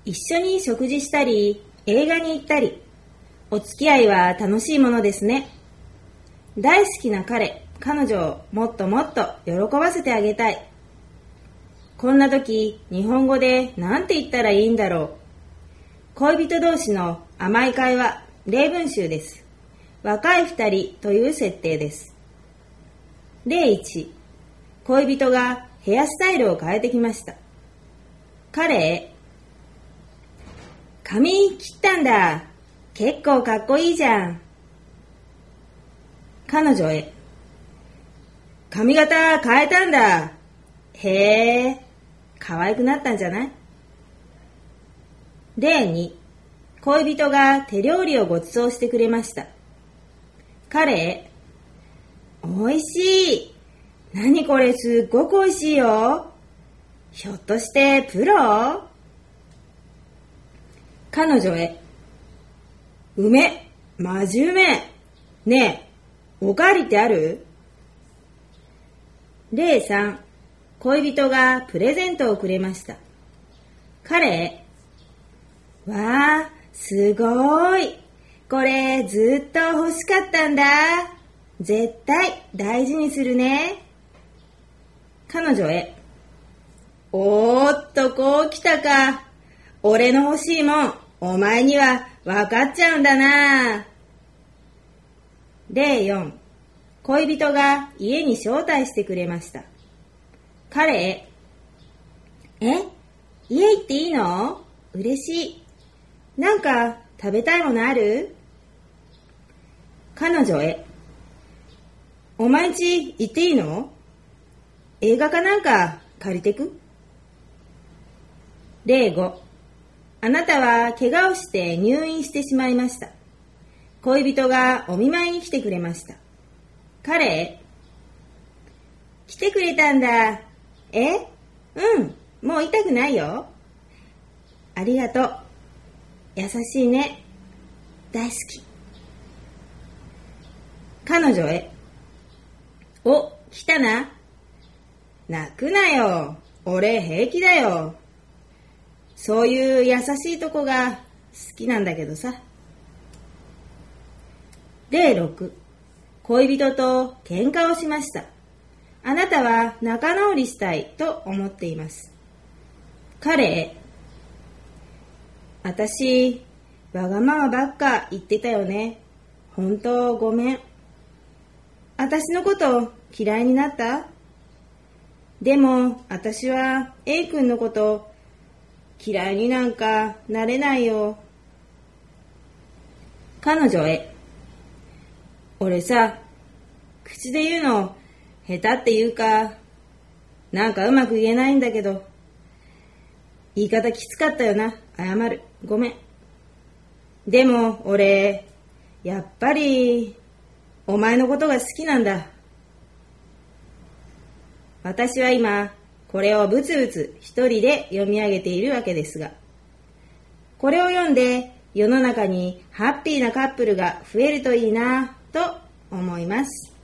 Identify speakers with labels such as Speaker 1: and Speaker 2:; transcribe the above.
Speaker 1: 一緒に食事したり、映画に行ったり、お付き合いは楽しいものですね。大好きな彼女をもっともっと喜ばせてあげたい。こんな時、日本語で何て言ったらいいんだろう。恋人同士の甘い会話、例文集です。若い二人という設定です。例1、恋人がヘアスタイルを変えてきました。彼へ、髪切ったんだ。結構かっこいいじゃん。彼女へ、髪型変えたんだ。へえ、可愛くなったんじゃない？例2、恋人が手料理をご馳走してくれました。彼へ、おいしい。何これすっごくおいしいよ。ひょっとしてプロ？彼女へ、うめ、マジうめ。ねえ、おかわりってある？例3、恋人がプレゼントをくれました。彼へ、わあ、すごい。これずっと欲しかったんだ。絶対大事にするね。彼女へ、おーっとこう来たか。俺の欲しいもん、お前には分かっちゃうんだな。例4、恋人が家に招待してくれました。彼へ、家行っていいの？嬉しい。なんか食べたいものある？彼女へ、お前んち行っていいの？映画かなんか借りてく？例5、あなたは怪我をして入院してしまいました。恋人がお見舞いに来てくれました。彼へ、来てくれたんだ。うん、もう痛くないよ。ありがとう。優しいね。大好き。彼女へ、お、来たな。泣くなよ。俺平気だよ。そういう優しいとこが好きなんだけどさ。例6、恋人と喧嘩をしました。あなたは仲直りしたいと思っています。彼へ、私、わがままばっか言ってたよね。本当ごめん。私のこと嫌いになった？でも私は A 君のこと嫌いになんかなれないよ。彼女へ、俺さ、口で言うの下手っていうか、なんかうまく言えないんだけど、言い方きつかったよな。謝る。ごめん。でも俺、やっぱりお前のことが好きなんだ。私は今これをブツブツ一人で読み上げているわけですが、これを読んで世の中にハッピーなカップルが増えるといいなと思います。